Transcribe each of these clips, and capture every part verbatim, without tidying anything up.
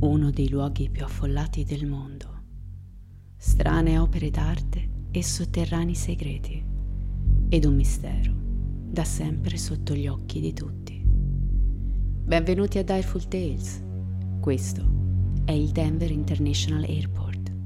uno dei luoghi più affollati del mondo, strane opere d'arte e sotterranei segreti, ed un mistero da sempre sotto gli occhi di tutti. Benvenuti a Direful Tales. Questo è il Denver International Airport.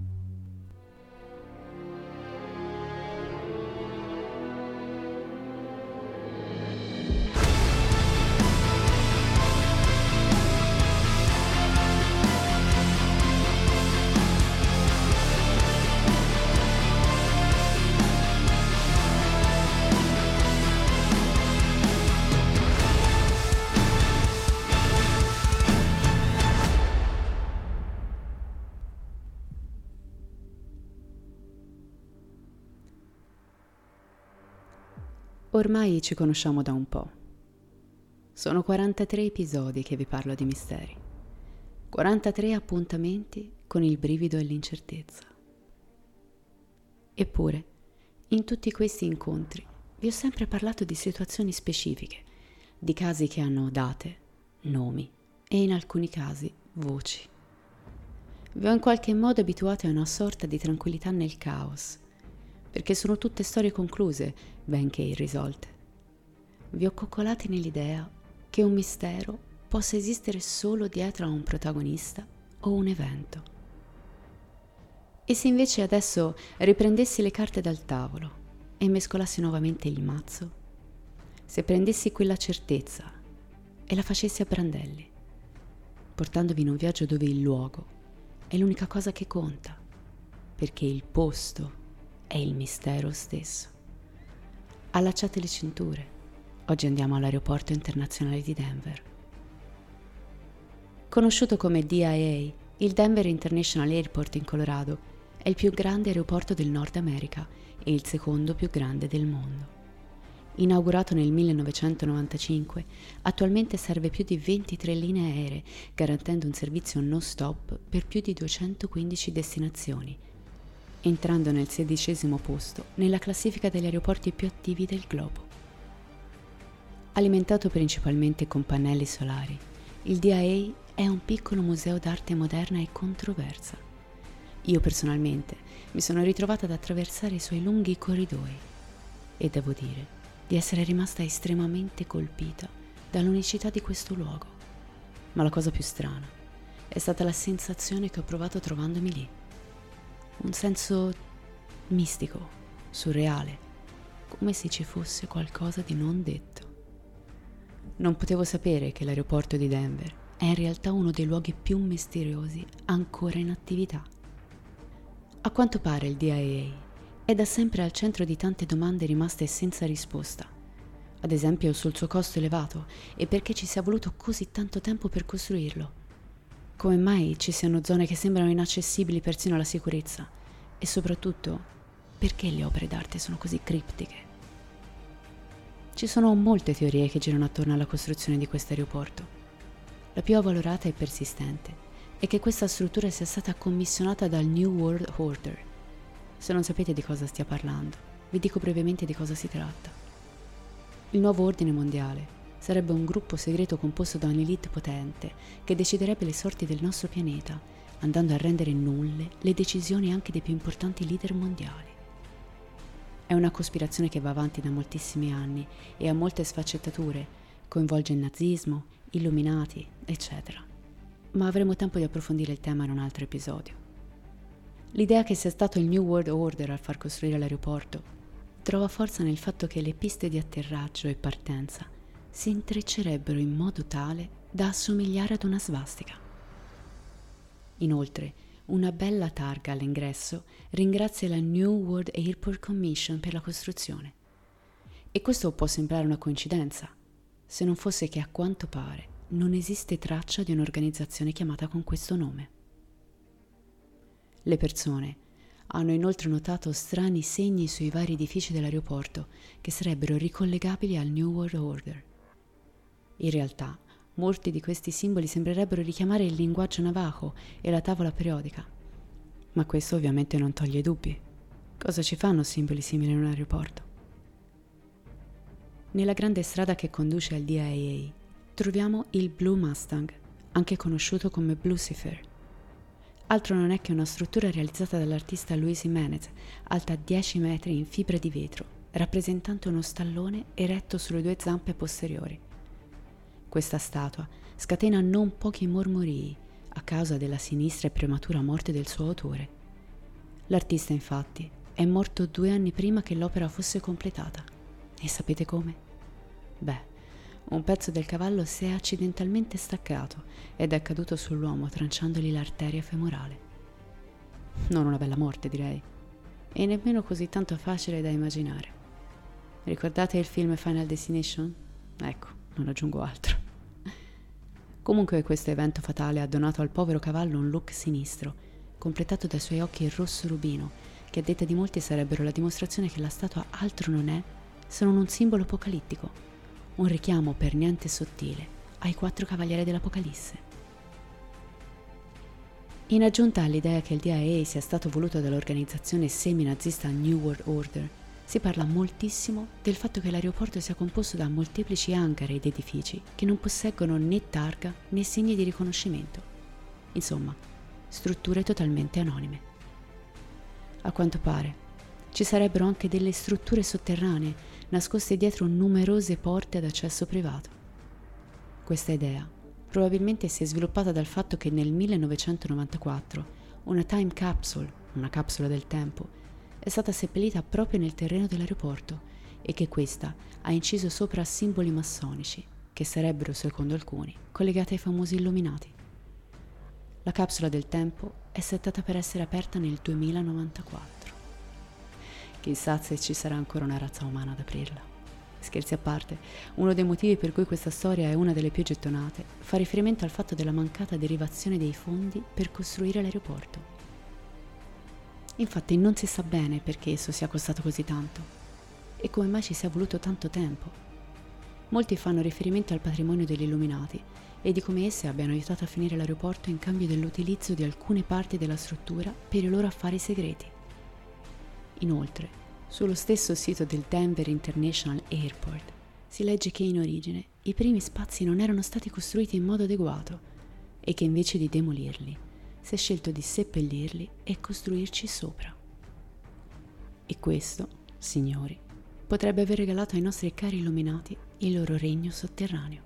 Ormai ci conosciamo da un po'. Sono quarantatré episodi che vi parlo di misteri. quarantatré appuntamenti con il brivido e l'incertezza. Eppure, in tutti questi incontri vi ho sempre parlato di situazioni specifiche, di casi che hanno date, nomi e in alcuni casi voci. Vi ho in qualche modo abituati a una sorta di tranquillità nel caos, perché sono tutte storie concluse, benché irrisolte. Vi ho coccolati nell'idea che un mistero possa esistere solo dietro a un protagonista o un evento. E se invece adesso riprendessi le carte dal tavolo e mescolassi nuovamente il mazzo? Se prendessi quella certezza e la facessi a brandelli, portandovi in un viaggio dove il luogo è l'unica cosa che conta, perché il posto è il mistero stesso. Allacciate le cinture, oggi andiamo all'aeroporto internazionale di Denver. Conosciuto come D I A, il Denver International Airport in Colorado è il più grande aeroporto del Nord America e il secondo più grande del mondo. Inaugurato nel millenovecentonovantacinque, attualmente serve più di ventitré linee aeree, garantendo un servizio non stop per più di duecentoquindici destinazioni, entrando nel sedicesimo posto nella classifica degli aeroporti più attivi del globo. Alimentato principalmente con pannelli solari, il D I A è un piccolo museo d'arte moderna e controversa. Io personalmente mi sono ritrovata ad attraversare i suoi lunghi corridoi e devo dire di essere rimasta estremamente colpita dall'unicità di questo luogo. Ma la cosa più strana è stata la sensazione che ho provato trovandomi lì. Un senso mistico, surreale, come se ci fosse qualcosa di non detto. Non potevo sapere che l'aeroporto di Denver è in realtà uno dei luoghi più misteriosi ancora in attività. A quanto pare il D I A è da sempre al centro di tante domande rimaste senza risposta, ad esempio sul suo costo elevato e perché ci sia voluto così tanto tempo per costruirlo. Come mai ci siano zone che sembrano inaccessibili persino alla sicurezza? E soprattutto, perché le opere d'arte sono così criptiche? Ci sono molte teorie che girano attorno alla costruzione di questo aeroporto. La più avvalorata e persistente è che questa struttura sia stata commissionata dal New World Order. Se non sapete di cosa stia parlando, vi dico brevemente di cosa si tratta. Il nuovo ordine mondiale sarebbe un gruppo segreto composto da un'elite potente che deciderebbe le sorti del nostro pianeta, andando a rendere nulle le decisioni anche dei più importanti leader mondiali. È una cospirazione che va avanti da moltissimi anni e ha molte sfaccettature, coinvolge il nazismo, illuminati, eccetera. Ma avremo tempo di approfondire il tema in un altro episodio. L'idea che sia stato il New World Order a far costruire l'aeroporto trova forza nel fatto che le piste di atterraggio e partenza si intreccerebbero in modo tale da assomigliare ad una svastica. Inoltre, una bella targa all'ingresso ringrazia la New World Airport Commission per la costruzione. E questo può sembrare una coincidenza, se non fosse che a quanto pare non esiste traccia di un'organizzazione chiamata con questo nome. Le persone hanno inoltre notato strani segni sui vari edifici dell'aeroporto che sarebbero ricollegabili al New World Order. In realtà, molti di questi simboli sembrerebbero richiamare il linguaggio navajo e la tavola periodica. Ma questo ovviamente non toglie dubbi. Cosa ci fanno simboli simili in un aeroporto? Nella grande strada che conduce al D I A troviamo il Blue Mustang, anche conosciuto come Blucifer. Altro non è che una struttura realizzata dall'artista Luis Jiménez, alta dieci metri in fibra di vetro, rappresentante uno stallone eretto sulle due zampe posteriori. Questa statua scatena non pochi mormorii a causa della sinistra e prematura morte del suo autore. L'artista, infatti, è morto due anni prima che l'opera fosse completata. E sapete come? Beh, un pezzo del cavallo si è accidentalmente staccato ed è caduto sull'uomo tranciandogli l'arteria femorale. Non una bella morte, direi, e nemmeno così tanto facile da immaginare. Ricordate il film Final Destination? Ecco, non aggiungo altro. Comunque questo evento fatale ha donato al povero cavallo un look sinistro, completato dai suoi occhi rosso rubino, che a detta di molti sarebbero la dimostrazione che la statua altro non è se non un simbolo apocalittico, un richiamo per niente sottile ai quattro cavalieri dell'Apocalisse. In aggiunta all'idea che il D I A sia stato voluto dall'organizzazione semi-nazista New World Order, si parla moltissimo del fatto che l'aeroporto sia composto da molteplici hangar ed edifici che non posseggono né targa né segni di riconoscimento. Insomma, strutture totalmente anonime. A quanto pare, ci sarebbero anche delle strutture sotterranee nascoste dietro numerose porte ad accesso privato. Questa idea probabilmente si è sviluppata dal fatto che nel millenovecentonovantaquattro una time capsule, una capsula del tempo, è stata seppellita proprio nel terreno dell'aeroporto e che questa ha inciso sopra simboli massonici che sarebbero, secondo alcuni, collegati ai famosi illuminati. La capsula del tempo è settata per essere aperta nel duemilanovantaquattro. Chissà se ci sarà ancora una razza umana ad aprirla. Scherzi a parte, uno dei motivi per cui questa storia è una delle più gettonate fa riferimento al fatto della mancata derivazione dei fondi per costruire l'aeroporto. Infatti non si sa bene perché esso sia costato così tanto e come mai ci sia voluto tanto tempo. Molti fanno riferimento al patrimonio degli Illuminati e di come esse abbiano aiutato a finire l'aeroporto in cambio dell'utilizzo di alcune parti della struttura per i loro affari segreti. Inoltre, sullo stesso sito del Denver International Airport si legge che in origine i primi spazi non erano stati costruiti in modo adeguato e che invece di demolirli si è scelto di seppellirli e costruirci sopra. E questo, signori, potrebbe aver regalato ai nostri cari illuminati il loro regno sotterraneo.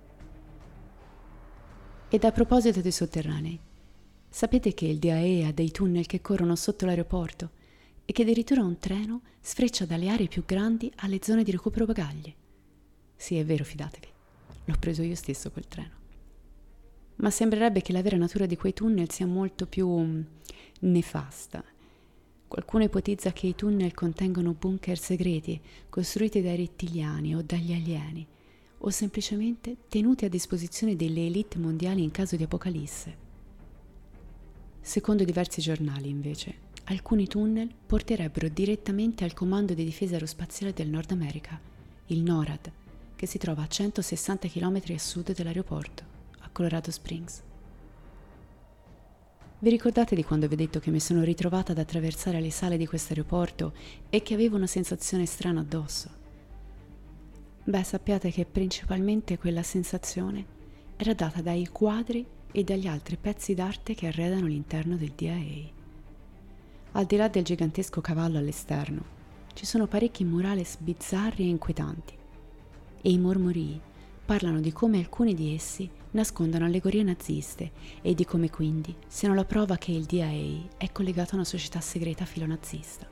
Ed a proposito dei sotterranei, sapete che il D I A ha dei tunnel che corrono sotto l'aeroporto e che addirittura un treno sfreccia dalle aree più grandi alle zone di recupero bagagli? Sì, è vero, fidatevi, l'ho preso io stesso quel treno. Ma sembrerebbe che la vera natura di quei tunnel sia molto più um, nefasta. Qualcuno ipotizza che i tunnel contengono bunker segreti costruiti dai rettiliani o dagli alieni, o semplicemente tenuti a disposizione delle elite mondiali in caso di apocalisse. Secondo diversi giornali, invece, alcuni tunnel porterebbero direttamente al Comando di Difesa Aerospaziale del Nord America, il NORAD, che si trova a centosessanta chilometri a sud dell'aeroporto, a Colorado Springs. Vi ricordate di quando vi ho detto che mi sono ritrovata ad attraversare le sale di questo aeroporto e che avevo una sensazione strana addosso? Beh, sappiate che principalmente quella sensazione era data dai quadri e dagli altri pezzi d'arte che arredano l'interno del D I A. Al di là del gigantesco cavallo all'esterno, ci sono parecchi murales bizzarri e inquietanti, e i mormorii parlano di come alcuni di essi nascondano allegorie naziste e di come quindi siano la prova che il D I A è collegato a una società segreta filonazista.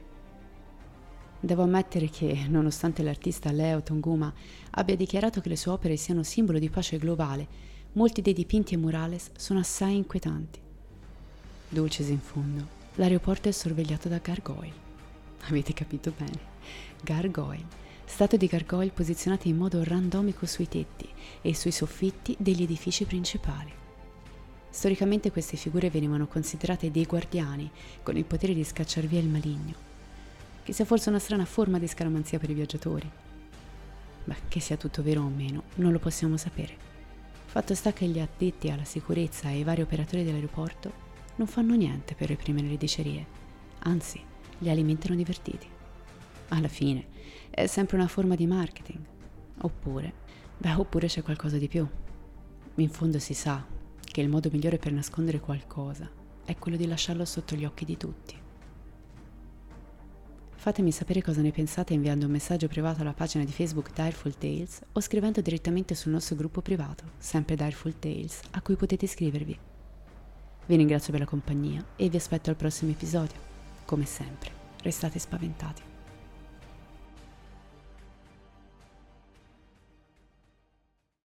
Devo ammettere che, nonostante l'artista Leo Tonguma abbia dichiarato che le sue opere siano simbolo di pace globale, molti dei dipinti e murales sono assai inquietanti. Dulcis in fondo, l'aeroporto è sorvegliato da gargoyle. Avete capito bene? Gargoyle, statue di gargoyle posizionate in modo randomico sui tetti e sui soffitti degli edifici principali. Storicamente queste figure venivano considerate dei guardiani con il potere di scacciar via il maligno, che sia forse una strana forma di scaramanzia per i viaggiatori. Beh, che sia tutto vero o meno, non lo possiamo sapere. Fatto sta che gli addetti alla sicurezza e i vari operatori dell'aeroporto non fanno niente per reprimere le dicerie, anzi, li alimentano divertiti. Alla fine, è sempre una forma di marketing. Oppure, beh, oppure c'è qualcosa di più. In fondo si sa che il modo migliore per nascondere qualcosa è quello di lasciarlo sotto gli occhi di tutti. Fatemi sapere cosa ne pensate inviando un messaggio privato alla pagina di Facebook Direful Tales o scrivendo direttamente sul nostro gruppo privato, sempre Direful Tales, a cui potete iscrivervi. Vi ringrazio per la compagnia e vi aspetto al prossimo episodio. Come sempre, restate spaventati.